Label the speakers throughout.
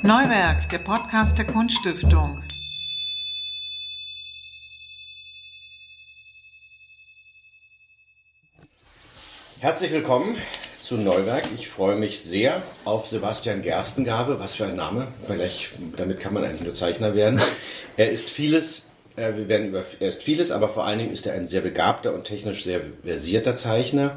Speaker 1: Neuwerk, der Podcast der Kunststiftung.
Speaker 2: Herzlich willkommen zu Neuwerk. Ich freue mich sehr auf Sebastian Gerstengabe. Was für ein Name. Damit kann man eigentlich nur Zeichner werden. Er ist vieles, aber vor allen Dingen ist er ein sehr begabter und technisch sehr versierter Zeichner.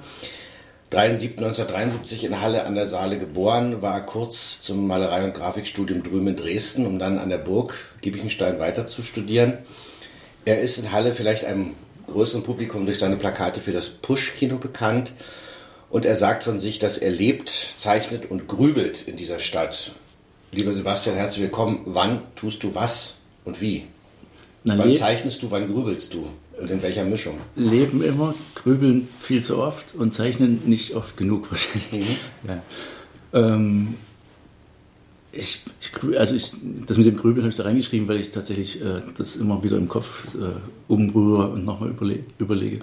Speaker 2: 1973 in Halle an der Saale geboren, war kurz zum Malerei- und Grafikstudium drüben in Dresden, um dann an der Burg Giebichenstein weiter zu studieren. Er ist in Halle vielleicht einem größeren Publikum durch seine Plakate für das Push-Kino bekannt. Und er sagt von sich, dass er lebt, zeichnet und grübelt in dieser Stadt. Lieber Sebastian, herzlich willkommen. Wann tust du was und wie? Wann zeichnest du, wann grübelst du? Und in welcher Mischung?
Speaker 3: Leben immer, grübeln viel zu oft und zeichnen nicht oft genug wahrscheinlich. Ja. Das mit dem Grübeln habe ich da reingeschrieben, weil ich tatsächlich das immer wieder im Kopf umrühre und nochmal überlege.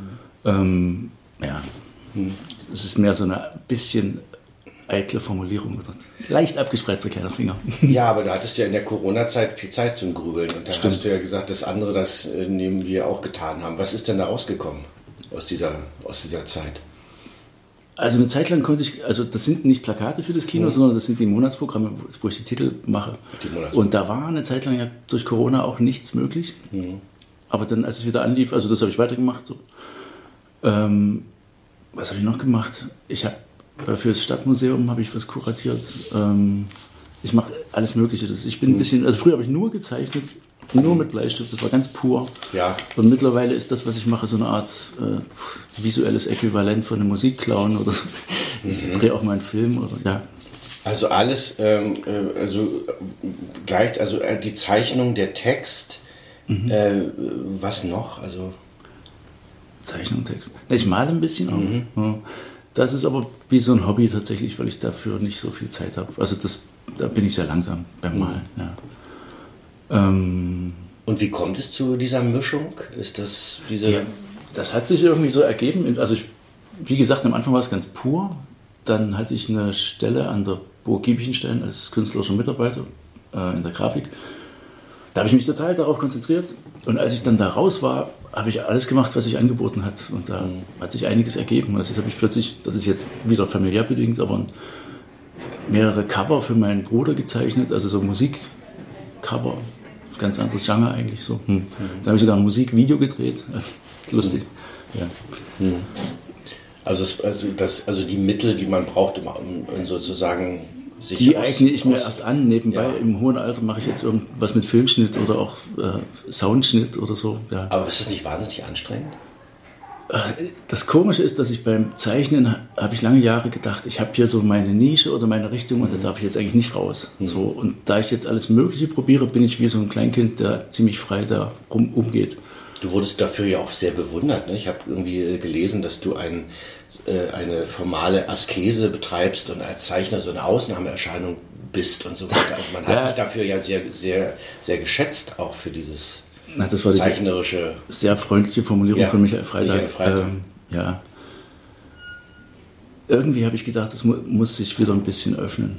Speaker 3: Es ist mehr so eine bisschen eitle Formulierung. Leicht abgespreizter kleiner Finger.
Speaker 2: Ja, aber du hattest ja in der Corona-Zeit viel Zeit zum Grübeln. Und da hast du ja gesagt, dass andere das neben dir auch getan haben. Was ist denn da rausgekommen aus dieser Zeit?
Speaker 3: Also eine Zeit lang konnte ich, also das sind nicht Plakate für das Kino, sondern das sind die Monatsprogramme, wo ich die Titel mache. Und da war eine Zeit lang ja durch Corona auch nichts möglich. Aber dann, als es wieder anlief, also das habe ich weitergemacht. So. Was habe ich noch gemacht? Ich habe für das Stadtmuseum habe ich was kuratiert. Ich mache alles Mögliche. Ich bin ein bisschen, also früher habe ich nur gezeichnet, nur mit Bleistift, das war ganz pur. Ja. Und mittlerweile ist das, was ich mache, so eine Art visuelles Äquivalent von einem Musikclown oder so. Ich drehe auch mal einen Film oder ja.
Speaker 2: Also alles, die Zeichnung, der Text, was noch? Also
Speaker 3: Zeichnung, Text. Ich male ein bisschen auch. Ja. Das ist aber wie so ein Hobby tatsächlich, weil ich dafür nicht so viel Zeit habe. Also da bin ich sehr langsam beim Malen. Ja.
Speaker 2: Und wie kommt es zu dieser Mischung? Ist das
Speaker 3: das hat sich irgendwie so ergeben. Also wie gesagt, am Anfang war es ganz pur. Dann hatte ich eine Stelle an der Burg Giebichenstein als künstlerischer Mitarbeiter in der Grafik. Da habe ich mich total darauf konzentriert. Und als ich dann da raus war, habe ich alles gemacht, was sich angeboten hat. Und da hat sich einiges ergeben. Also jetzt habe ich plötzlich, das ist jetzt wieder familiär bedingt, aber mehrere Cover für meinen Bruder gezeichnet, also so Musikcover. Ganz anderes Genre eigentlich so. Dann habe ich sogar ein Musikvideo gedreht. Also lustig. Ja.
Speaker 2: Also die Mittel, die man braucht, um sozusagen sich
Speaker 3: die eigne ich mir erst an. Nebenbei im hohen Alter mache ich jetzt irgendwas mit Filmschnitt oder auch Soundschnitt oder so. Ja.
Speaker 2: Aber ist das nicht wahnsinnig anstrengend?
Speaker 3: Das Komische ist, dass ich beim Zeichnen habe ich lange Jahre gedacht, ich habe hier so meine Nische oder meine Richtung und da darf ich jetzt eigentlich nicht raus. So, und da ich jetzt alles Mögliche probiere, bin ich wie so ein Kleinkind, der ziemlich frei da umgeht.
Speaker 2: Du wurdest dafür ja auch sehr bewundert. Ne? Ich habe irgendwie gelesen, dass du eine formale Askese betreibst und als Zeichner so eine Ausnahmeerscheinung bist und so weiter. Also man hat dich dafür ja sehr, sehr, sehr geschätzt, auch für dieses
Speaker 3: das war
Speaker 2: zeichnerische.
Speaker 3: Sehr freundliche Formulierung von Michael Freitag. Irgendwie habe ich gedacht, das muss sich wieder ein bisschen öffnen.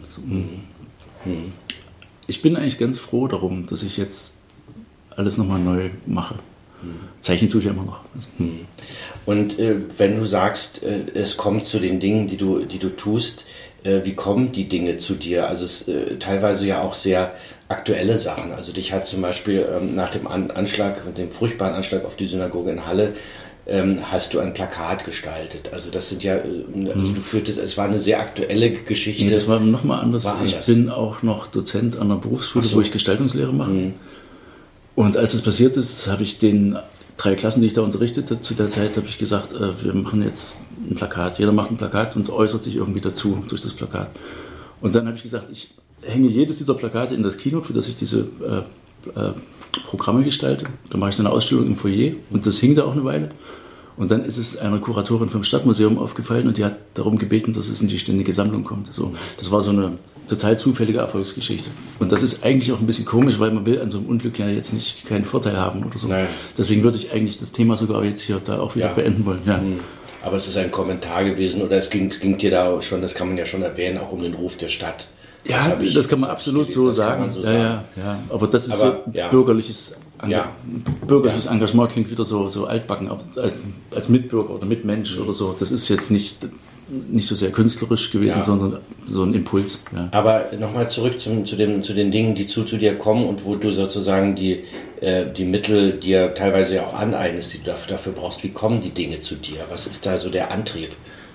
Speaker 3: Ich bin eigentlich ganz froh darum, dass ich jetzt alles nochmal neu mache. Zeichnen tue ich ja immer noch.
Speaker 2: Und wenn du sagst, es kommt zu den Dingen, die du tust, wie kommen die Dinge zu dir? Also es teilweise ja auch sehr aktuelle Sachen. Also dich hat zum Beispiel nach dem dem furchtbaren Anschlag auf die Synagoge in Halle, hast du ein Plakat gestaltet. Also das sind ja, es war eine sehr aktuelle Geschichte.
Speaker 3: Nee, das war nochmal anders. Ich bin auch noch Dozent an einer Berufsschule, wo ich Gestaltungslehre mache. Und als das passiert ist, habe ich den 3 Klassen, die ich da unterrichtete, zu der Zeit habe ich gesagt, wir machen jetzt ein Plakat. Jeder macht ein Plakat und äußert sich irgendwie dazu durch das Plakat. Und dann habe ich gesagt, ich hänge jedes dieser Plakate in das Kino, für das ich diese Programme gestalte. Da mache ich dann eine Ausstellung im Foyer und das hing da auch eine Weile. Und dann ist es einer Kuratorin vom Stadtmuseum aufgefallen und die hat darum gebeten, dass es in die ständige Sammlung kommt. So, das war so eine total zufällige Erfolgsgeschichte. Und das ist eigentlich auch ein bisschen komisch, weil man will an so einem Unglück ja jetzt nicht keinen Vorteil haben oder so. Nein. Deswegen würde ich eigentlich das Thema sogar jetzt hier da auch wieder beenden wollen. Ja.
Speaker 2: Aber es ist ein Kommentar gewesen oder es ging dir da schon, das kann man ja schon erwähnen, auch um den Ruf der Stadt.
Speaker 3: Ja, das kann man absolut so sagen. Ja. Aber das ist bürgerliches Engagement, klingt wieder so altbacken, aber als Mitbürger oder Mitmensch oder so, das ist jetzt nicht so sehr künstlerisch gewesen, sondern so ein Impuls. Ja.
Speaker 2: Aber nochmal zurück zu den Dingen, die zu dir kommen und wo du sozusagen die Mittel dir teilweise ja auch aneignest, die du dafür brauchst. Wie kommen die Dinge zu dir? Was ist da so der Antrieb?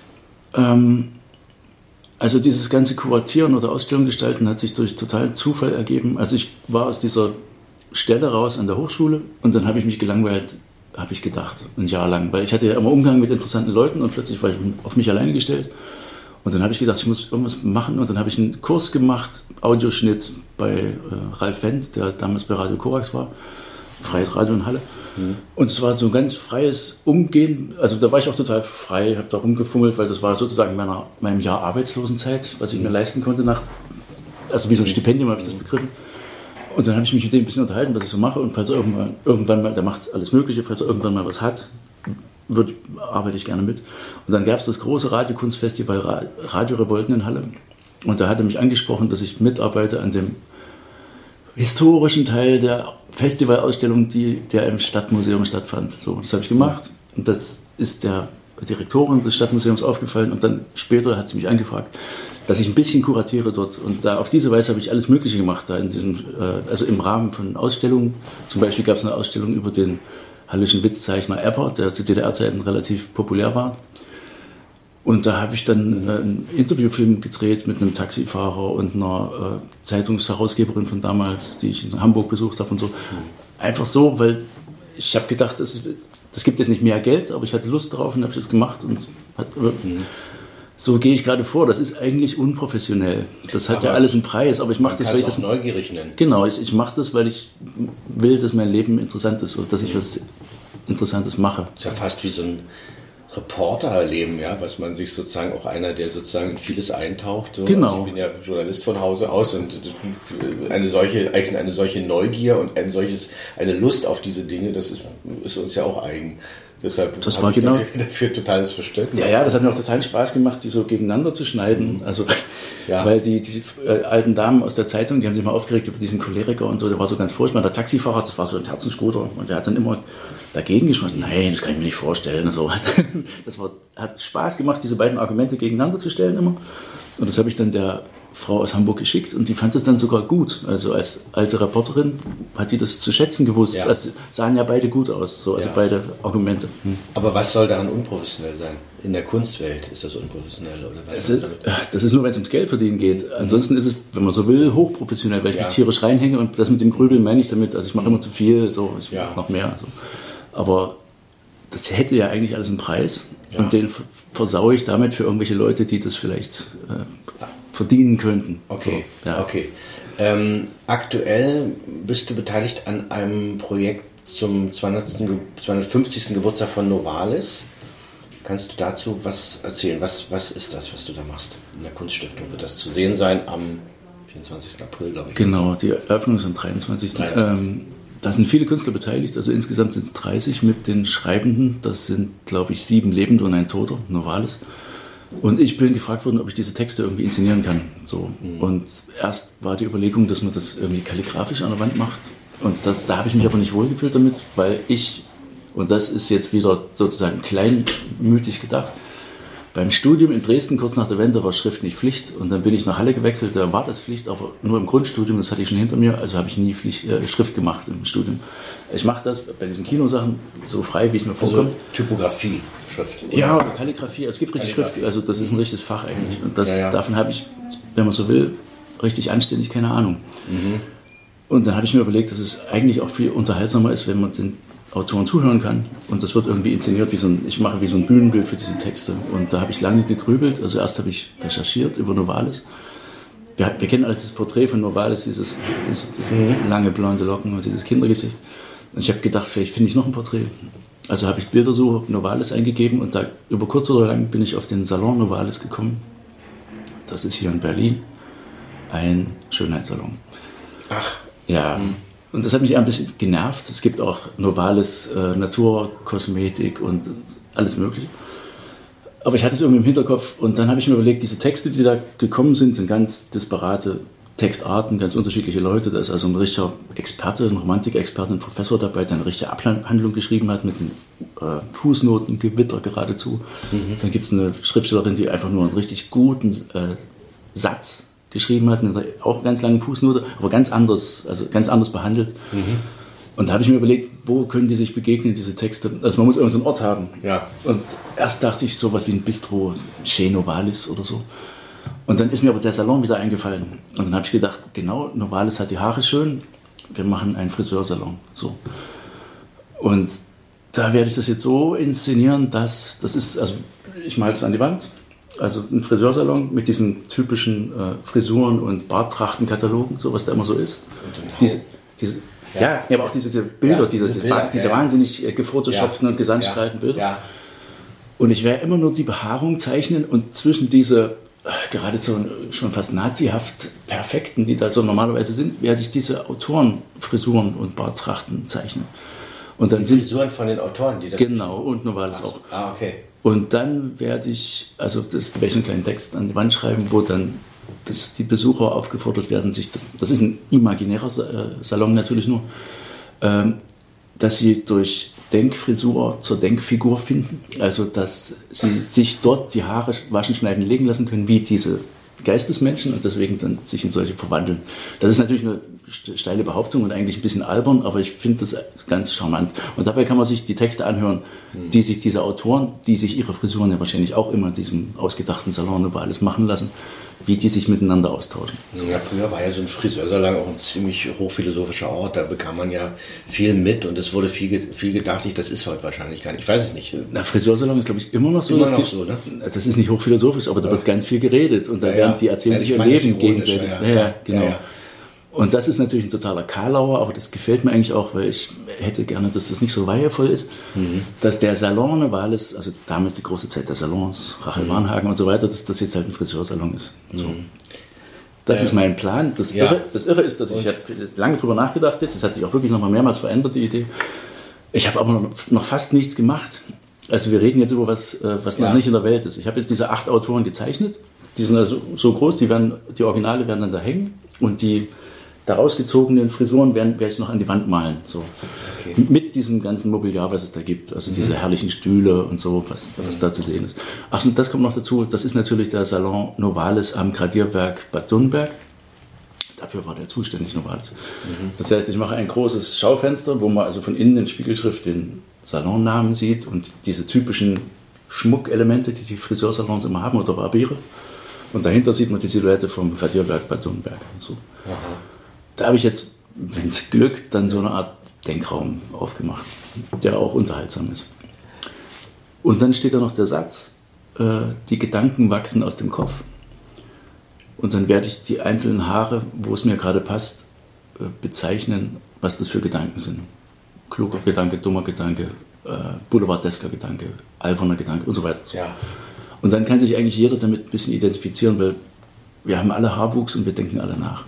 Speaker 3: Also dieses ganze Kuratieren oder Ausstellung gestalten hat sich durch totalen Zufall ergeben. Also ich war aus dieser Stelle raus an der Hochschule und dann habe ich mich gelangweilt, habe ich gedacht, ein Jahr lang. Weil ich hatte ja immer Umgang mit interessanten Leuten und plötzlich war ich auf mich alleine gestellt. Und dann habe ich gedacht, ich muss irgendwas machen. Und dann habe ich einen Kurs gemacht, Audioschnitt bei Ralf Wendt, der damals bei Radio Korax war, Freies Radio in Halle. Und es war so ein ganz freies Umgehen. Also da war ich auch total frei, habe da rumgefummelt, weil das war sozusagen meinem Jahr Arbeitslosenzeit, was ich mir leisten konnte. Also wie so ein Stipendium habe ich das begriffen. Und dann habe ich mich mit dem ein bisschen unterhalten, was ich so mache. Und falls er irgendwann mal, der macht alles Mögliche, falls er irgendwann mal was hat, arbeite ich gerne mit. Und dann gab es das große Radiokunstfestival Radio Revolten in Halle. Und da hat er mich angesprochen, dass ich mitarbeite an dem historischen Teil der Festivalausstellung, der im Stadtmuseum stattfand. So, das habe ich gemacht. Und das ist der Direktorin des Stadtmuseums aufgefallen. Und dann später hat sie mich angefragt, dass ich ein bisschen kuratiere dort. Und da auf diese Weise habe ich alles Mögliche gemacht, da in diesem, also im Rahmen von Ausstellungen. Zum Beispiel gab es eine Ausstellung über den hallischen Witzzeichner Epper, der zu DDR-Zeiten relativ populär war. Und da habe ich dann einen Interviewfilm gedreht mit einem Taxifahrer und einer Zeitungsherausgeberin von damals, die ich in Hamburg besucht habe und so. Einfach so, weil ich habe gedacht, das gibt jetzt nicht mehr Geld, aber ich hatte Lust drauf und habe das gemacht. Und so gehe ich gerade vor. Das ist eigentlich unprofessionell. Das hat ja alles einen Preis, aber ich mache das, weil ich das
Speaker 2: neugierig nennen.
Speaker 3: Genau, ich mache das, weil ich will, dass mein Leben interessant ist und dass ich was Interessantes mache.
Speaker 2: Das ist ja fast wie so ein Reporterleben, ja, was man sich sozusagen auch einer, der sozusagen in vieles eintaucht. So.
Speaker 3: Genau.
Speaker 2: Also ich bin ja Journalist von Hause aus und eine solche Neugier und eine Lust auf diese Dinge, das ist uns ja auch eigen. Deshalb
Speaker 3: das war genau
Speaker 2: dafür totales Verständnis.
Speaker 3: Ja, das hat mir auch total Spaß gemacht, die so gegeneinander zu schneiden. Also, weil die alten Damen aus der Zeitung, die haben sich mal aufgeregt über diesen Choleriker und so, der war so ganz furchtbar. Der Taxifahrer, das war so ein Herzensguter und der hat dann immer dagegen geschmeckt. Nein, das kann ich mir nicht vorstellen. Und so. Hat Spaß gemacht, diese beiden Argumente gegeneinander zu stellen immer. Und das habe ich dann der Frau aus Hamburg geschickt und die fand das dann sogar gut. Also als alte Reporterin hat die das zu schätzen gewusst. Ja. Also sahen ja beide gut aus, so, also beide Argumente.
Speaker 2: Aber was soll daran unprofessionell sein? In der Kunstwelt ist das unprofessionell? Oder was
Speaker 3: das ist nur, wenn es ums Geldverdienen geht. Ansonsten ist es, wenn man so will, hochprofessionell, weil ich mich tierisch reinhänge und das mit dem Grübeln meine ich damit. Also ich mache immer zu viel, so, ich mache noch mehr. So. Aber das hätte ja eigentlich alles einen Preis und den versaue ich damit für irgendwelche Leute, die das vielleicht verdienen könnten.
Speaker 2: Okay, so, okay. Aktuell bist du beteiligt an einem Projekt zum 250. Geburtstag von Novalis. Kannst du dazu was erzählen? Was ist das, was du da machst in der Kunststiftung? Wird das zu sehen sein am 24. April, glaube ich?
Speaker 3: Genau, die Eröffnung ist am 23. Da sind viele Künstler beteiligt, also insgesamt sind es 30 mit den Schreibenden. Das sind, glaube ich, 7 Lebende und ein Toter, Novalis. Und ich bin gefragt worden, ob ich diese Texte irgendwie inszenieren kann. So. Und erst war die Überlegung, dass man das irgendwie kalligrafisch an der Wand macht. Und da habe ich mich aber nicht wohlgefühlt damit, weil und das ist jetzt wieder sozusagen kleinmütig gedacht, beim Studium in Dresden kurz nach der Wende war Schrift nicht Pflicht und dann bin ich nach Halle gewechselt, da war das Pflicht, aber nur im Grundstudium, das hatte ich schon hinter mir, also habe ich nie Schrift gemacht im Studium. Ich mache das bei diesen Kinosachen so frei, wie es mir vorkommt.
Speaker 2: Also Typografie, Schrift.
Speaker 3: Ja, oder Kalligrafie, also es gibt richtig Schrift, also das ist ein richtiges Fach eigentlich und davon habe ich, wenn man so will, richtig anständig keine Ahnung. Und dann habe ich mir überlegt, dass es eigentlich auch viel unterhaltsamer ist, wenn man den Autoren zuhören kann und das wird irgendwie inszeniert, ich mache wie so ein Bühnenbild für diese Texte und da habe ich lange gegrübelt, also erst habe ich recherchiert über Novalis. Wir kennen alle das Porträt von Novalis, dieses lange blonde Locken und dieses Kindergesicht und ich habe gedacht, vielleicht finde ich noch ein Porträt. Also habe ich Bildersuche Novalis eingegeben und da über kurz oder lang bin ich auf den Salon Novalis gekommen. Das ist hier in Berlin ein Schönheitssalon.
Speaker 2: Ach.
Speaker 3: Ja. Und das hat mich eher ein bisschen genervt. Es gibt auch Novalis Naturkosmetik und alles Mögliche. Aber ich hatte es irgendwie im Hinterkopf und dann habe ich mir überlegt, diese Texte, die da gekommen sind sind ganz Textarten, ganz unterschiedliche Leute. Da ist also ein richtiger Experte, ein Romantikexperte, ein Professor dabei, der eine richtige Abhandlung geschrieben hat mit den Fußnotengewitter geradezu. Dann gibt es eine Schriftstellerin, die einfach nur einen richtig guten Satz geschrieben hat, mit auch einer ganz langen Fußnote, aber ganz anders behandelt. Und da habe ich mir überlegt, wo können die sich begegnen, diese Texte? Also man muss irgendeinen Ort haben.
Speaker 2: Ja.
Speaker 3: Und erst dachte ich sowas wie ein Bistro, Chez Novalis oder so. Und dann ist mir aber der Salon wieder eingefallen. Und dann habe ich gedacht, genau, Novalis hat die Haare schön, wir machen einen Friseursalon. So. Und da werde ich das jetzt so inszenieren, dass das ist, also ich male das an die Wand, also ein Friseursalon mit diesen typischen Frisuren und Barttrachtenkatalogen, so was da immer so ist. Ja, aber auch diese Bilder, diese wahnsinnig gefotoshoppten und gesandschtreiten Bilder.
Speaker 2: Ja.
Speaker 3: Und ich werde immer nur die Behaarung zeichnen und zwischen diese geradezu schon fast nazihaft perfekten, die da so normalerweise sind, werde ich diese Autorenfrisuren und Barttrachten zeichnen. Und dann sind
Speaker 2: Frisuren von den Autoren, die das
Speaker 3: genau, und Novalis auch.
Speaker 2: Ah, okay.
Speaker 3: Und dann werde ich, also das werde ich einen kleinen Text an die Wand schreiben, wo dann die Besucher aufgefordert werden, das ist ein imaginärer Salon natürlich nur, dass sie durch Denkfrisur zur Denkfigur finden. Also, dass sie sich dort die Haare waschen, schneiden, legen lassen können, wie diese Geistesmenschen und deswegen dann sich in solche verwandeln. Das ist natürlich eine steile Behauptung und eigentlich ein bisschen albern, aber ich finde das ganz charmant. Und dabei kann man sich die Texte anhören, die sich diese Autoren, die sich ihre Frisuren ja wahrscheinlich auch immer in diesem ausgedachten Salon über alles machen lassen, wie die sich miteinander austauschen.
Speaker 2: Ja, früher war ja so ein Friseursalon auch ein ziemlich hochphilosophischer Ort, da bekam man ja viel mit und es wurde viel gedacht, das ist heute wahrscheinlich gar nicht, ich weiß es nicht.
Speaker 3: Na, Friseursalon ist, glaube ich, immer noch so.
Speaker 2: Ne?
Speaker 3: Das ist nicht hochphilosophisch, aber da wird ganz viel geredet und da die erzählen sich ihr Leben gegenseitig. Ja, genau. Ja. Und das ist natürlich ein totaler Karlauer, aber das gefällt mir eigentlich auch, weil ich hätte gerne, dass das nicht so weihevoll ist, dass der Salon Novalis, also damals die große Zeit der Salons, Rachel Varnhagen und so weiter, dass das jetzt halt ein Friseursalon ist. So. Das ist mein Plan. Das Irre ist, dass ich lange drüber nachgedacht habe, das hat sich auch wirklich noch mal mehrmals verändert, die Idee. Ich habe aber noch fast nichts gemacht. Also wir reden jetzt über was noch nicht in der Welt ist. Ich habe jetzt diese 8 Autoren gezeichnet, die sind also so groß, die Originale werden dann da hängen und die daraus gezogenen Frisuren werde ich noch an die Wand malen. So. Okay. Mit diesem ganzen Mobiliar, was es da gibt. Also diese herrlichen Stühle und so, was da zu sehen ist. Ach, und das kommt noch dazu. Das ist natürlich der Salon Novalis am Gradierwerk Bad Dürnberg. Dafür war der zuständig, Novalis. Das heißt, ich mache ein großes Schaufenster, wo man also von innen in Spiegelschrift den Salonnamen sieht und diese typischen Schmuckelemente, die Friseursalons immer haben oder Barbiere. Und dahinter sieht man die Silhouette vom Gradierwerk Bad Dürnberg. So. Da habe ich jetzt, wenn es glückt, dann so eine Art Denkraum aufgemacht, der auch unterhaltsam ist. Und dann steht da noch der Satz, die Gedanken wachsen aus dem Kopf. Und dann werde ich die einzelnen Haare, wo es mir gerade passt, bezeichnen, was das für Gedanken sind. Kluger Gedanke, dummer Gedanke, boulevardesker Gedanke, alberner Gedanke und so weiter.
Speaker 2: Ja.
Speaker 3: Und dann kann sich eigentlich jeder damit ein bisschen identifizieren, weil wir haben alle Haarwuchs und wir denken alle nach.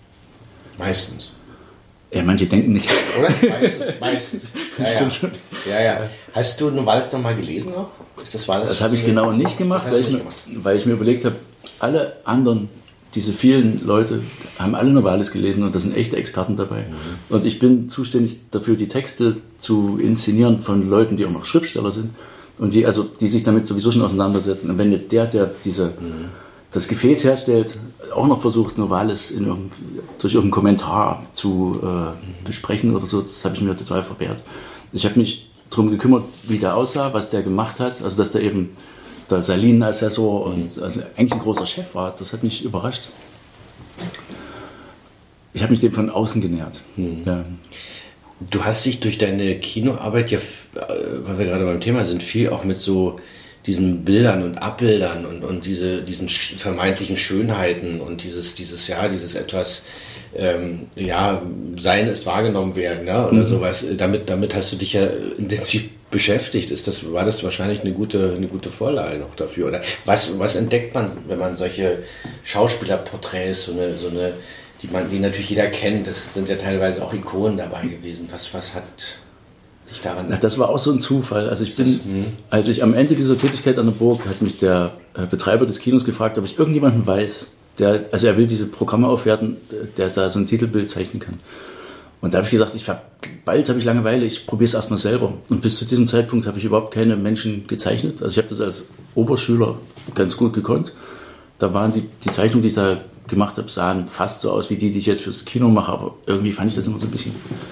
Speaker 2: Meistens.
Speaker 3: Ja, manche denken nicht.
Speaker 2: Oder? Meistens.
Speaker 3: Stimmt schon.
Speaker 2: Ja. Hast du Novalis noch mal gelesen auch?
Speaker 3: Das habe ich genau nicht gemacht, weil ich mir überlegt habe, alle anderen, diese vielen Leute, haben alle Novalis gelesen und da sind echte Experten dabei. Und ich bin zuständig dafür, die Texte zu inszenieren von Leuten, die auch noch Schriftsteller sind und die sich damit sowieso schon auseinandersetzen. Und wenn jetzt der das Gefäß herstellt, auch noch versucht, Novalis durch irgendeinen Kommentar zu besprechen oder so, das habe ich mir total verwehrt. Ich habe mich darum gekümmert, wie der aussah, was der gemacht hat, also dass der eben der Salinen-Assessor und also eigentlich ein großer Chef war, das hat mich überrascht. Ich habe mich dem von außen genähert. Ja.
Speaker 2: Du hast dich durch deine Kinoarbeit, ja, weil wir gerade beim Thema sind, viel auch mit so diesen Bildern und Abbildern und diesen vermeintlichen Schönheiten und dieses etwas, Sein ist wahrgenommen werden, ne? Oder sowas. Damit hast du dich ja intensiv beschäftigt. War das wahrscheinlich eine gute Vorlage noch dafür? Oder was entdeckt man, wenn man solche Schauspielerporträts, die natürlich jeder kennt, das sind ja teilweise auch Ikonen dabei gewesen. Was hat dich daran?
Speaker 3: Na, das war auch so ein Zufall. Also als ich am Ende dieser Tätigkeit an der Burg, hat mich der Betreiber des Kinos gefragt, ob ich irgendjemanden weiß, er will diese Programme aufwerten, der da so ein Titelbild zeichnen kann. Und da habe ich gesagt, bald habe ich Langeweile, ich probiere es erstmal selber. Und bis zu diesem Zeitpunkt habe ich überhaupt keine Menschen gezeichnet. Also ich habe das als Oberschüler ganz gut gekonnt. Da waren die Zeichnungen, die ich da gemacht habe, sahen fast so aus wie die ich jetzt fürs Kino mache. Aber irgendwie fand ich das immer so ein bisschen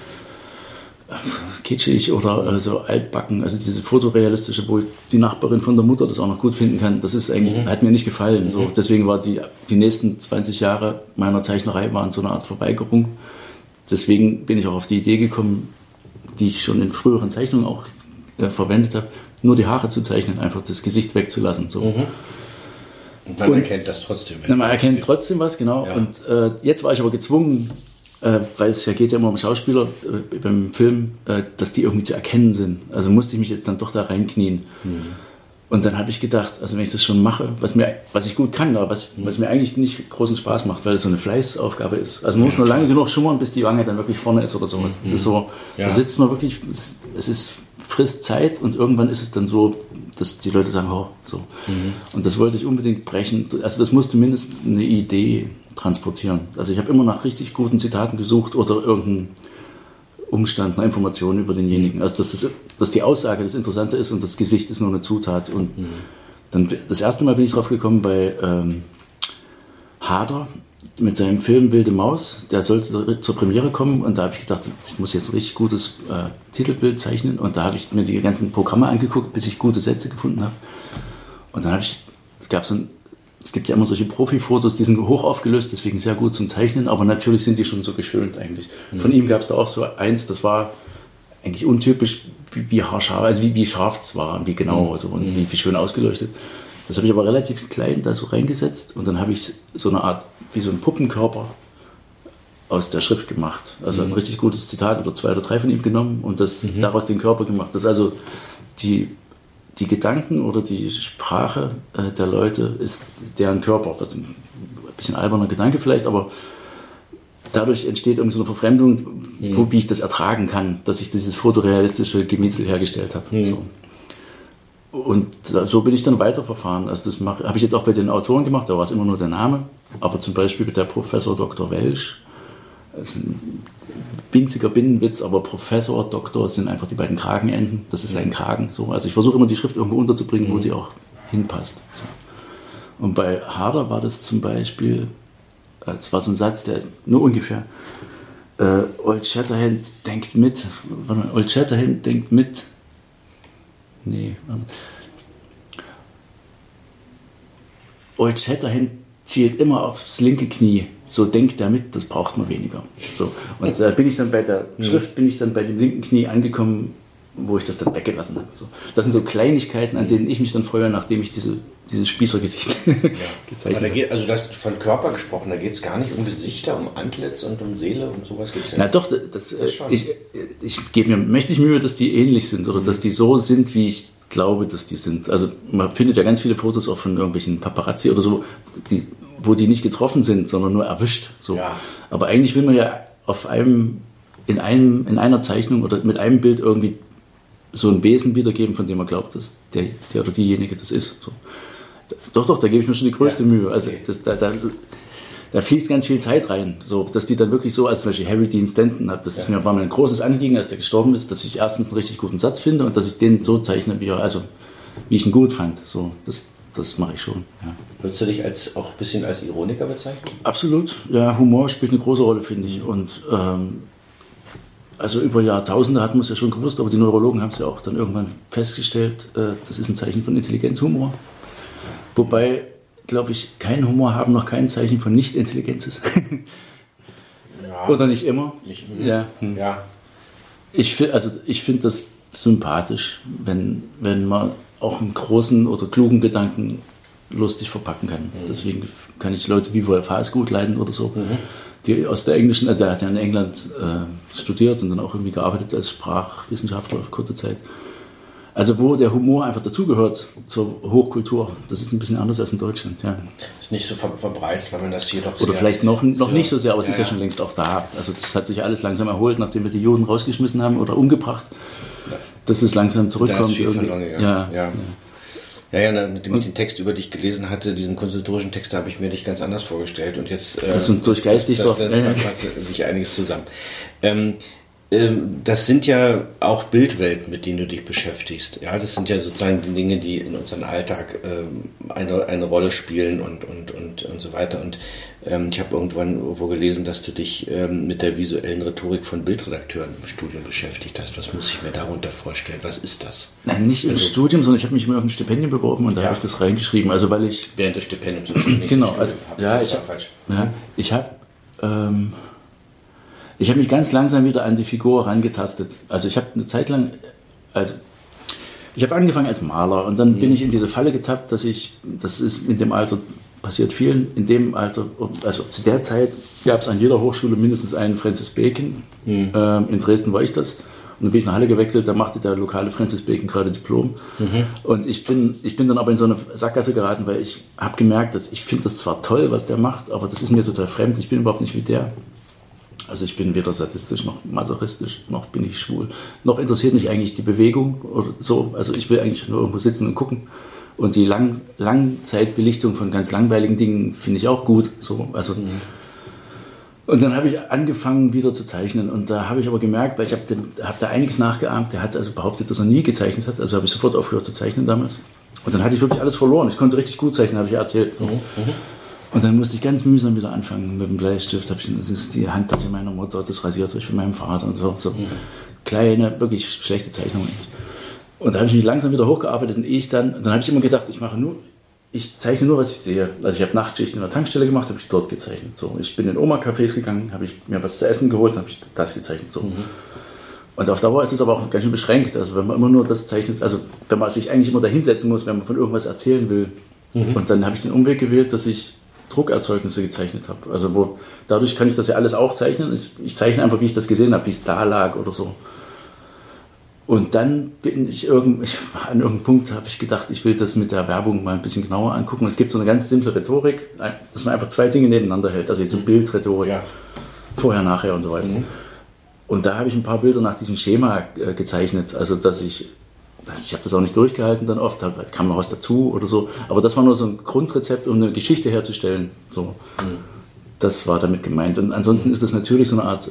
Speaker 3: kitschig oder so altbacken. Also diese fotorealistische, wo die Nachbarin von der Mutter das auch noch gut finden kann, das ist eigentlich, hat mir nicht gefallen. So, deswegen war die nächsten 20 Jahre meiner Zeichnerei waren so eine Art Verweigerung. Deswegen bin ich auch auf die Idee gekommen, die ich schon in früheren Zeichnungen auch verwendet habe, nur die Haare zu zeichnen, einfach das Gesicht wegzulassen. So.
Speaker 2: Und man erkennt das trotzdem.
Speaker 3: Man erkennt trotzdem was, genau. Ja. Und jetzt war ich aber gezwungen, weil es ja geht ja immer um Schauspieler beim Film, dass die irgendwie zu erkennen sind. Also musste ich mich jetzt dann doch da reinknien. Und dann habe ich gedacht, also wenn ich das schon mache, was ich gut kann, aber was mir eigentlich nicht großen Spaß macht, weil es so eine Fleißaufgabe ist. Also man muss nur lange genug schummern, bis die Wange dann wirklich vorne ist oder sowas. Das ist so, da sitzt man wirklich, frisst Zeit und irgendwann ist es dann so, dass die Leute sagen, oh, so. Und das wollte ich unbedingt brechen. Also das musste mindestens eine Idee transportieren. Also ich habe immer nach richtig guten Zitaten gesucht oder irgendeinen Umstand, eine Information über denjenigen. Also dass die Aussage das Interessante ist und das Gesicht ist nur eine Zutat. Und dann das erste Mal bin ich drauf gekommen bei Hader mit seinem Film Wilde Maus. Der sollte zur Premiere kommen und da habe ich gedacht, ich muss jetzt ein richtig gutes Titelbild zeichnen. Und da habe ich mir die ganzen Programme angeguckt, bis ich gute Sätze gefunden habe. Und dann es gibt ja immer solche Profifotos, die sind hoch aufgelöst, deswegen sehr gut zum Zeichnen, aber natürlich sind die schon so geschönt eigentlich. Von ihm gab es da auch so eins, das war eigentlich untypisch, wie haarscharf, also wie scharf es war und wie genau also, und wie schön ausgeleuchtet. Das habe ich aber relativ klein da so reingesetzt und dann habe ich so eine Art, wie so einen Puppenkörper aus der Schrift gemacht. Also ein richtig gutes Zitat oder 2 oder 3 von ihm genommen und daraus den Körper gemacht. Das ist also die Gedanken oder die Sprache der Leute ist deren Körper. Das ist ein bisschen alberner Gedanke vielleicht, aber dadurch entsteht irgendwie so eine Verfremdung, wie ich das ertragen kann, dass ich dieses fotorealistische Gemetzel hergestellt habe. So. Und so bin ich dann weiterverfahren. Also das habe ich jetzt auch bei den Autoren gemacht, da war es immer nur der Name, aber zum Beispiel mit der Professor Dr. Welsch, das ist ein winziger Binnenwitz, aber Professor, Doktor sind einfach die beiden Kragenenden. Das ist ein Kragen. So. Also ich versuche immer die Schrift irgendwo unterzubringen, wo sie auch hinpasst. So. Und bei Hader war das zum Beispiel, es war so ein Satz, der ist nur ungefähr, Old Shatterhand denkt mit. Old Shatterhand denkt mit. Nee. Old Shatterhand zielt immer aufs linke Knie. So denkt er mit, das braucht man weniger. So. Und da bin ich dann bei der Schrift, bin ich dann bei dem linken Knie angekommen, wo ich das dann weggelassen habe. So. Das sind so Kleinigkeiten, an denen ich mich dann freue, nachdem ich dieses Spießergesicht gezeichnet habe.
Speaker 2: Also du hast von Körper gesprochen, da geht es gar nicht um Gesichter, um Antlitz und um Seele und sowas geht es ja.
Speaker 3: Na doch, ich gebe mir mächtig Mühe, dass die ähnlich sind oder dass die so sind, wie ich glaube, dass die sind. Also man findet ja ganz viele Fotos auch von irgendwelchen Paparazzi oder so, wo die nicht getroffen sind, sondern nur erwischt. So. Ja. Aber eigentlich will man ja in einer Zeichnung oder mit einem Bild irgendwie so ein Wesen wiedergeben, von dem man glaubt, dass der oder diejenige das ist. So. Doch, da gebe ich mir schon die größte Mühe. Also da fließt ganz viel Zeit rein, so, dass die dann wirklich so, als zum Beispiel Harry Dean Stanton hat, war mir ein großes Anliegen, als der gestorben ist, dass ich erstens einen richtig guten Satz finde und dass ich den so zeichne, wie ich ihn gut fand. So, das mache ich schon. Ja.
Speaker 2: Würdest du dich auch ein bisschen als Ironiker bezeichnen?
Speaker 3: Absolut, ja, Humor spielt eine große Rolle, finde ich. Und also über Jahrtausende hat man es ja schon gewusst, aber die Neurologen haben es ja auch dann irgendwann festgestellt, das ist ein Zeichen von Intelligenz, Humor. Wobei, glaube ich, kein Humor haben noch kein Zeichen von Nicht-Intelligenz ist. Ja. Oder nicht immer. Ja. Ich finde das sympathisch, wenn man auch einen großen oder klugen Gedanken lustig verpacken kann. Deswegen kann ich Leute wie Wolf Haas gut leiden oder so, die aus der englischen, also er hat ja in England studiert und dann auch irgendwie gearbeitet als Sprachwissenschaftler auf kurze Zeit. Also wo der Humor einfach dazugehört zur Hochkultur. Das ist ein bisschen anders als in Deutschland. Ja.
Speaker 2: Ist nicht so verbreitet, weil man das hier doch
Speaker 3: oder vielleicht noch nicht so sehr, aber es ist ja schon längst auch da. Also das hat sich alles langsam erholt, nachdem wir die Juden rausgeschmissen haben oder umgebracht. dass es langsam zurückkommt.
Speaker 2: Da ist viel verloren gegangen. Ja, mit dem Text, über dich gelesen hatte, diesen konservatorischen Text, da habe ich mir dich ganz anders vorgestellt. Und jetzt
Speaker 3: das durchgeistigt doch.
Speaker 2: Sich einiges zusammen. Das sind ja auch Bildwelten, mit denen du dich beschäftigst. Ja, das sind ja sozusagen die Dinge, die in unserem Alltag eine Rolle spielen und so weiter. Und ich habe irgendwann wo gelesen, dass du dich mit der visuellen Rhetorik von Bildredakteuren im Studium beschäftigt hast. Was muss ich mir darunter vorstellen? Was ist das?
Speaker 3: Nein, nicht im Studium, sondern ich habe mich mit irgendeinem Stipendium beworben und da habe ich das reingeschrieben. Also weil ich
Speaker 2: während des Stipendiums nicht
Speaker 3: genau, also, ich habe mich ganz langsam wieder an die Figur herangetastet. Also ich habe eine Zeit lang, ich habe angefangen als Maler und dann bin ich in diese Falle getappt, das ist in dem Alter, passiert vielen, in dem Alter, also zu der Zeit gab es an jeder Hochschule mindestens einen Francis Bacon. In Dresden war ich das. Und dann bin ich nach Halle gewechselt, da machte der lokale Francis Bacon gerade Diplom. Und ich bin dann aber in so eine Sackgasse geraten, weil ich habe gemerkt, dass ich finde das zwar toll, was der macht, aber das ist mir total fremd, ich bin überhaupt nicht wie der. Also ich bin weder sadistisch noch masochistisch, noch bin ich schwul. Noch interessiert mich eigentlich die Bewegung oder so. Also ich will eigentlich nur irgendwo sitzen und gucken. Und die Langzeitbelichtung von ganz langweiligen Dingen finde ich auch gut. So, also Und dann habe ich angefangen wieder zu zeichnen und da habe ich aber gemerkt, weil ich habe da einiges nachgeahmt, der hat also behauptet, dass er nie gezeichnet hat, also habe ich sofort aufgehört zu zeichnen damals. Und dann hatte ich wirklich alles verloren, ich konnte richtig gut zeichnen, habe ich ja erzählt. Und dann musste ich ganz mühsam wieder anfangen mit dem Bleistift. Das ist die Handtasche meiner Mutter, das Rasierzeug von meinem Vater und so. Kleine, wirklich schlechte Zeichnungen. Und da habe ich mich langsam wieder hochgearbeitet und dann habe ich immer gedacht, ich zeichne nur, was ich sehe. Also ich habe Nachtschichten in der Tankstelle gemacht, habe ich dort gezeichnet. So. Ich bin in Oma-Cafés gegangen, habe ich mir was zu essen geholt, habe ich das gezeichnet. So. Und auf Dauer ist es aber auch ganz schön beschränkt. Also wenn man immer nur das zeichnet, also wenn man sich eigentlich immer da hinsetzen muss, wenn man von irgendwas erzählen will. Und dann habe ich den Umweg gewählt, dass ich Druckerzeugnisse gezeichnet habe. Also dadurch kann ich das ja alles auch zeichnen. Ich zeichne einfach, wie ich das gesehen habe, wie es da lag oder so. Und dann bin ich an irgendeinem Punkt habe ich gedacht, ich will das mit der Werbung mal ein bisschen genauer angucken. Und es gibt so eine ganz simple Rhetorik, dass man einfach zwei Dinge nebeneinander hält. Also jetzt so Bildrhetorik, vorher, nachher und so weiter. Und da habe ich ein paar Bilder nach diesem Schema gezeichnet. Also ich habe das auch nicht durchgehalten dann oft, da kam noch was dazu oder so. Aber das war nur so ein Grundrezept, um eine Geschichte herzustellen. So. Das war damit gemeint. Und ansonsten ist das natürlich so eine Art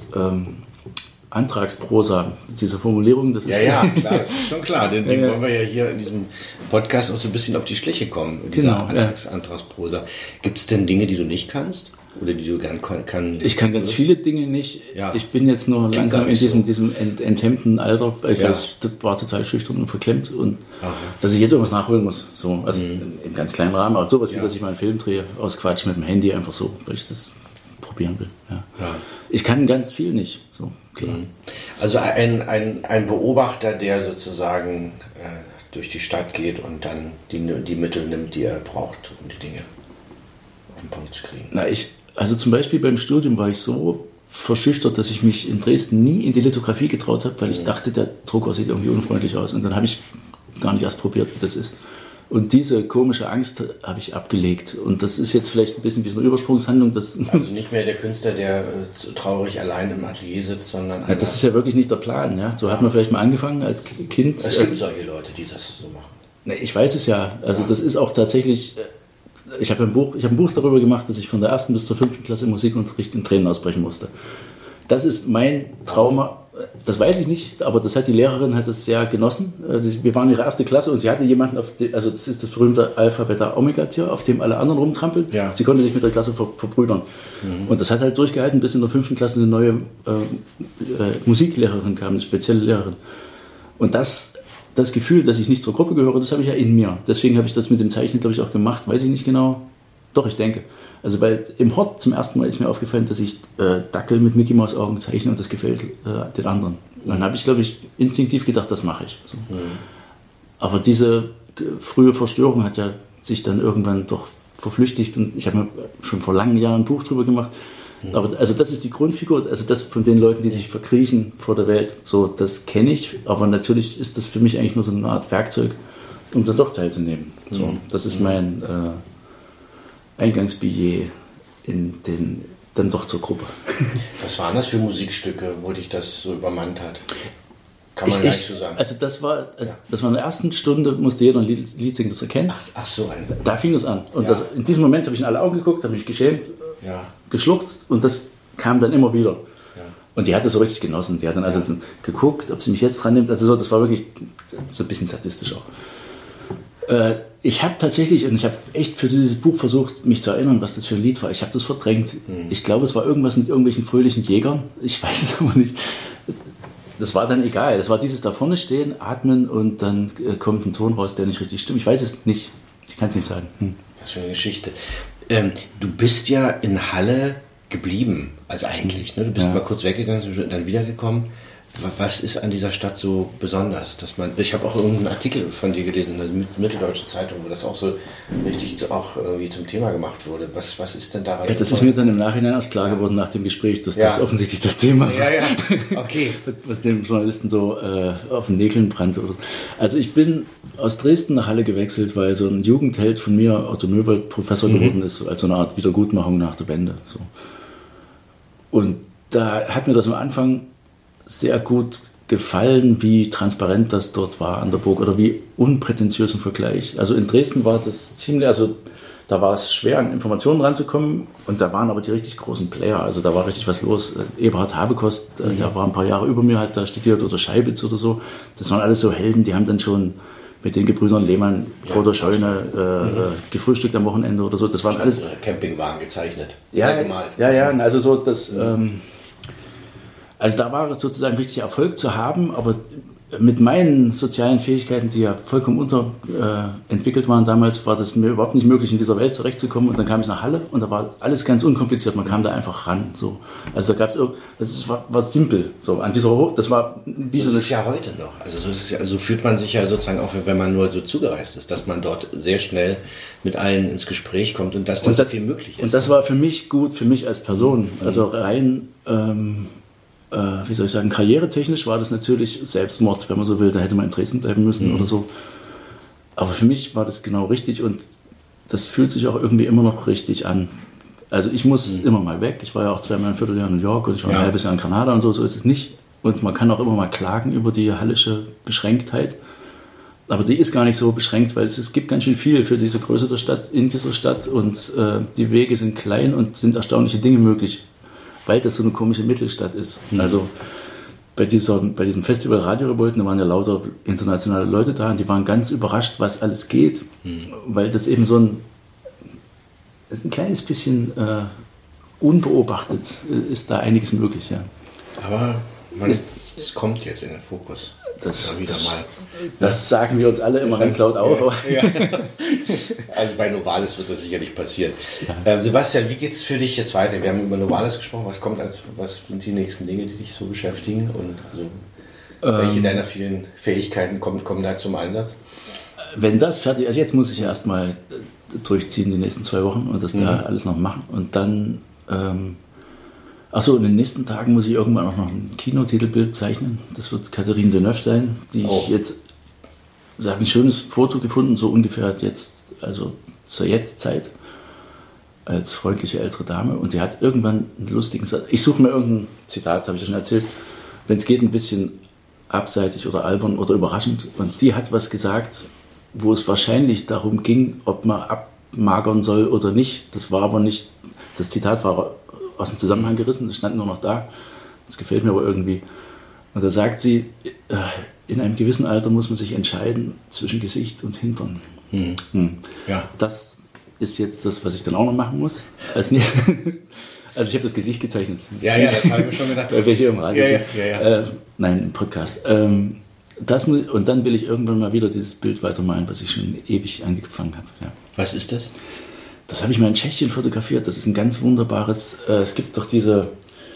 Speaker 3: Antragsprosa, diese Formulierung. Das ist
Speaker 2: klar, das ist schon klar. Den wollen wir ja hier in diesem Podcast auch so ein bisschen auf die Schliche kommen, dieser Antragsprosa. Gibt es denn Dinge, die du nicht kannst? Oder die du gern kannst?
Speaker 3: Ich kann ganz viele Dinge nicht. Ja. Ich bin jetzt nur langsam in diesem enthemmten Alter, weil das war total schüchtern und verklemmt und dass ich jetzt irgendwas nachholen muss. So, also im ganz kleinen Rahmen, aber sowas wie, dass ich mal einen Film drehe, aus Quatsch mit dem Handy, einfach so, weil ich das probieren will. Ja. Ich kann ganz viel nicht. So, klar.
Speaker 2: Also ein Beobachter, der sozusagen durch die Stadt geht und dann die Mittel nimmt, die er braucht, um die Dinge auf den Punkt zu kriegen.
Speaker 3: Also zum Beispiel beim Studium war ich so verschüchtert, dass ich mich in Dresden nie in die Lithografie getraut habe, weil ich dachte, der Drucker sieht irgendwie unfreundlich aus. Und dann habe ich gar nicht erst probiert, wie das ist. Und diese komische Angst habe ich abgelegt. Und das ist jetzt vielleicht ein bisschen wie so eine Übersprungshandlung. Also
Speaker 2: nicht mehr der Künstler, der traurig allein im Atelier sitzt, sondern...
Speaker 3: Ja, das ist ja wirklich nicht der Plan. Ja? So hat man vielleicht mal angefangen als Kind.
Speaker 2: Es gibt solche Leute, die das so machen.
Speaker 3: Ich weiß es ja. Also das ist auch tatsächlich... Ich habe ein Buch darüber gemacht, dass ich von der 1. bis zur 5. Klasse im Musikunterricht in Tränen ausbrechen musste. Das ist mein Trauma. Das weiß ich nicht, aber das hat das sehr genossen. Wir waren ihre erste Klasse und sie hatte jemanden, also das ist das berühmte Alpha, Beta, Omega-Tier, auf dem alle anderen rumtrampeln. Ja. Sie konnte sich mit der Klasse verbrüdern. Und das hat halt durchgehalten, bis in der 5. Klasse eine neue Musiklehrerin kam, eine spezielle Lehrerin. Und das Gefühl, dass ich nicht zur Gruppe gehöre, das habe ich ja in mir. Deswegen habe ich das mit dem Zeichnen, glaube ich, auch gemacht. Weiß ich nicht genau. Doch, ich denke. Also weil im Hort zum ersten Mal ist mir aufgefallen, dass ich Dackel mit Mickey Maus Augen zeichne und das gefällt den anderen. Und dann habe ich, glaube ich, instinktiv gedacht, das mache ich. So. Aber diese frühe Verstörung hat ja sich dann irgendwann doch verflüchtigt und ich habe mir schon vor langen Jahren ein Buch drüber gemacht. Aber also das ist die Grundfigur, also das von den Leuten, die sich verkriechen vor der Welt, so das kenne ich, aber natürlich ist das für mich eigentlich nur so eine Art Werkzeug, um dann doch teilzunehmen. So, das ist mein Eingangsbillet dann doch zur Gruppe.
Speaker 2: Was waren das für Musikstücke, wo dich das so übermannt hat? Kann man nicht so sagen.
Speaker 3: Also das war in der ersten Stunde, musste jeder ein Lied singen, das er kennt.
Speaker 2: Ach so.
Speaker 3: Da fing das an. Und in diesem Moment habe ich in alle Augen geguckt, habe mich geschämt, geschluchzt und das kam dann immer wieder. Ja. Und die hat das so richtig genossen. Die hat dann also geguckt, ob sie mich jetzt dran nimmt. Also so, das war wirklich so ein bisschen sadistisch auch. Ich habe tatsächlich, und ich habe echt für dieses Buch versucht, mich zu erinnern, was das für ein Lied war. Ich habe das verdrängt. Ich glaube, es war irgendwas mit irgendwelchen fröhlichen Jägern. Ich weiß es aber nicht. Das war dann egal. Das war dieses da vorne stehen, atmen und dann kommt ein Ton raus, der nicht richtig stimmt. Ich weiß es nicht. Ich kann es nicht sagen.
Speaker 2: Was für eine Geschichte. Du bist ja in Halle geblieben, also eigentlich. Ne? Du bist mal kurz weggegangen, dann wiedergekommen. Was ist an dieser Stadt so besonders? Ich habe auch irgendeinen Artikel von dir gelesen in der Mitteldeutschen Zeitung, wo das auch so richtig auch irgendwie zum Thema gemacht wurde. Was ist denn daran?
Speaker 3: Ja, das ist mir dann im Nachhinein erst klar geworden nach dem Gespräch, dass das offensichtlich das Thema war.
Speaker 2: Ja, okay.
Speaker 3: Was dem Journalisten so auf den Nägeln brannte. Also ich bin aus Dresden nach Halle gewechselt, weil so ein Jugendheld von mir, Otto Möwald, Professor geworden ist, als so eine Art Wiedergutmachung nach der Wende. So. Und da hat mir das am Anfang sehr gut gefallen, wie transparent das dort war an der Burg oder wie unprätentiös im Vergleich. Also in Dresden war das ziemlich, also da war es schwer, an Informationen ranzukommen und da waren aber die richtig großen Player, also da war richtig was los. Eberhard Habekost, der war ein paar Jahre über mir, hat da studiert, oder Scheibitz oder so. Das waren alles so Helden, die haben dann schon mit den Gebrüdern Lehmann, Roter Scheune, gefrühstückt am Wochenende oder so. Das waren alles
Speaker 2: Campingwagen gezeichnet,
Speaker 3: gemalt. Ja, also so das... Also da war es sozusagen richtig Erfolg zu haben, aber mit meinen sozialen Fähigkeiten, die ja vollkommen unterentwickelt waren damals, war das mir überhaupt nicht möglich, in dieser Welt zurechtzukommen. Und dann kam ich nach Halle und da war alles ganz unkompliziert. Man kam da einfach ran. So. Also da gab es, war simpel. So an dieser, das war wie so.
Speaker 2: Das ist ja heute noch. Also so ist es ja, also fühlt man sich ja sozusagen auch, wenn man nur so zugereist ist, dass man dort sehr schnell mit allen ins Gespräch kommt und dass das viel möglich ist.
Speaker 3: Und das war für mich gut, für mich als Person. Also rein wie soll ich sagen, karrieretechnisch war das natürlich Selbstmord, wenn man so will. Da hätte man in Dresden bleiben müssen oder so. Aber für mich war das genau richtig und das fühlt sich auch irgendwie immer noch richtig an. Also ich muss immer mal weg. Ich war ja auch 2 Vierteljahr in New York und ich war ein halbes Jahr in Granada und so ist es nicht. Und man kann auch immer mal klagen über die hallische Beschränktheit. Aber die ist gar nicht so beschränkt, weil es gibt ganz schön viel für diese Größe der Stadt, in dieser Stadt und die Wege sind klein und sind erstaunliche Dinge möglich, weil das so eine komische Mittelstadt ist. Also bei diesem Festival Radio Revolten, da waren ja lauter internationale Leute da und die waren ganz überrascht, was alles geht, weil das eben so ein kleines bisschen unbeobachtet ist da einiges möglich. Ja.
Speaker 2: Aber es kommt jetzt in den Fokus.
Speaker 3: Das sagen wir uns alle immer ganz laut auf.
Speaker 2: Ja. Also bei Novalis wird das sicherlich passieren. Ja. Sebastian, wie geht es für dich jetzt weiter? Wir haben über Novalis gesprochen. Was sind die nächsten Dinge, die dich so beschäftigen? Und also, welche deiner vielen Fähigkeiten kommen da zum Einsatz?
Speaker 3: Wenn das fertig ist, also jetzt muss ich ja erstmal durchziehen die nächsten 2 Wochen und das da alles noch machen. Und dann... Achso, in den nächsten Tagen muss ich irgendwann auch noch ein Kinotitelbild zeichnen. Das wird Catherine Deneuve sein, die ich jetzt, ich habe ein schönes Foto gefunden, so ungefähr jetzt, also zur Jetztzeit, als freundliche ältere Dame. Und die hat irgendwann einen lustigen Satz. Ich suche mir irgendein Zitat, habe ich ja schon erzählt, wenn es geht, ein bisschen abseitig oder albern oder überraschend. Und die hat was gesagt, wo es wahrscheinlich darum ging, ob man abmagern soll oder nicht. Das war aber nicht, das Zitat war aus dem Zusammenhang gerissen, das stand nur noch da. Das gefällt mir aber irgendwie. Und da sagt sie, in einem gewissen Alter muss man sich entscheiden zwischen Gesicht und Hintern. Ja. Das ist jetzt das, was ich dann auch noch machen muss. Also ich habe das Gesicht gezeichnet.
Speaker 2: Ja, das habe ich mir schon gedacht.
Speaker 3: Weil wir hier im Radio sind. Nein, im Podcast. Und dann will ich irgendwann mal wieder dieses Bild weitermalen, was ich schon ewig angefangen habe. Ja.
Speaker 2: Was ist das?
Speaker 3: Das habe ich mal in Tschechien fotografiert. Das ist ein ganz wunderbares. Es gibt doch diese.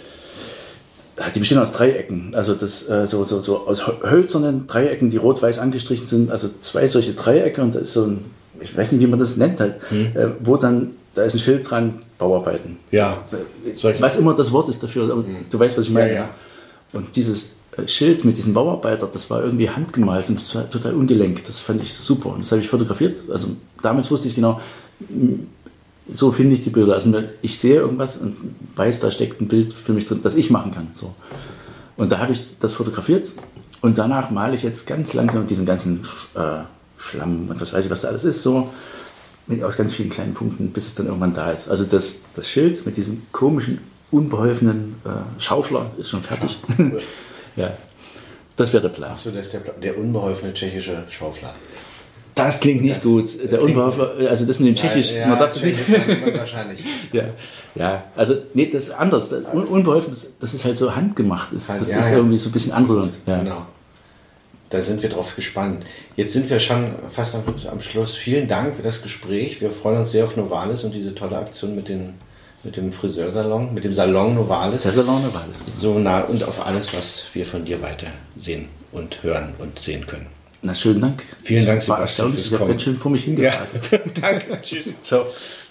Speaker 3: Die bestehen aus Dreiecken. Also das so aus hölzernen Dreiecken, die rot-weiß angestrichen sind. Also 2 solche Dreiecke und da ist so ein. Ich weiß nicht, wie man das nennt halt. Wo dann da ist ein Schild dran. Bauarbeiten.
Speaker 2: Ja.
Speaker 3: Was immer das Wort ist dafür. Aber du weißt, was ich meine.
Speaker 2: Ja.
Speaker 3: Und dieses Schild mit diesem Bauarbeiter, das war irgendwie handgemalt und das war total ungelenkt. Das fand ich super. Und das habe ich fotografiert. Also damals wusste ich genau. So finde ich die Bilder. Also ich sehe irgendwas und weiß, da steckt ein Bild für mich drin, das ich machen kann. So. Und da habe ich das fotografiert Und danach male ich jetzt ganz langsam diesen ganzen Schlamm und was weiß ich, was da alles ist, so aus ganz vielen kleinen Punkten, bis es dann irgendwann da ist. Also das Schild mit diesem komischen, unbeholfenen Schaufler ist schon fertig. Ja, das wäre der Plan.
Speaker 2: Achso, das ist der unbeholfene tschechische Schaufler.
Speaker 3: Das klingt nicht gut. Der Unbeholfene, also das mit dem Tschechisch,
Speaker 2: ja,
Speaker 3: man dachte
Speaker 2: nicht. Wahrscheinlich.
Speaker 3: Ja, also nee, das ist anders. Unbeholfen, das ist halt so handgemacht. Das ist irgendwie so ein bisschen anrührend. Ja. Genau.
Speaker 2: Da sind wir drauf gespannt. Jetzt sind wir schon fast am Schluss. Vielen Dank für das Gespräch. Wir freuen uns sehr auf Novalis und diese tolle Aktion mit dem Friseursalon, mit dem Salon Novalis.
Speaker 3: Der Salon Novalis.
Speaker 2: So nah und auf alles, was wir von dir weiter sehen und hören und sehen können.
Speaker 3: Na, schönen Dank.
Speaker 2: Vielen Dank, Sebastian.
Speaker 3: Ich habe ganz schön vor mich hingefasst.
Speaker 2: Ja. Danke. Tschüss.
Speaker 3: Ciao.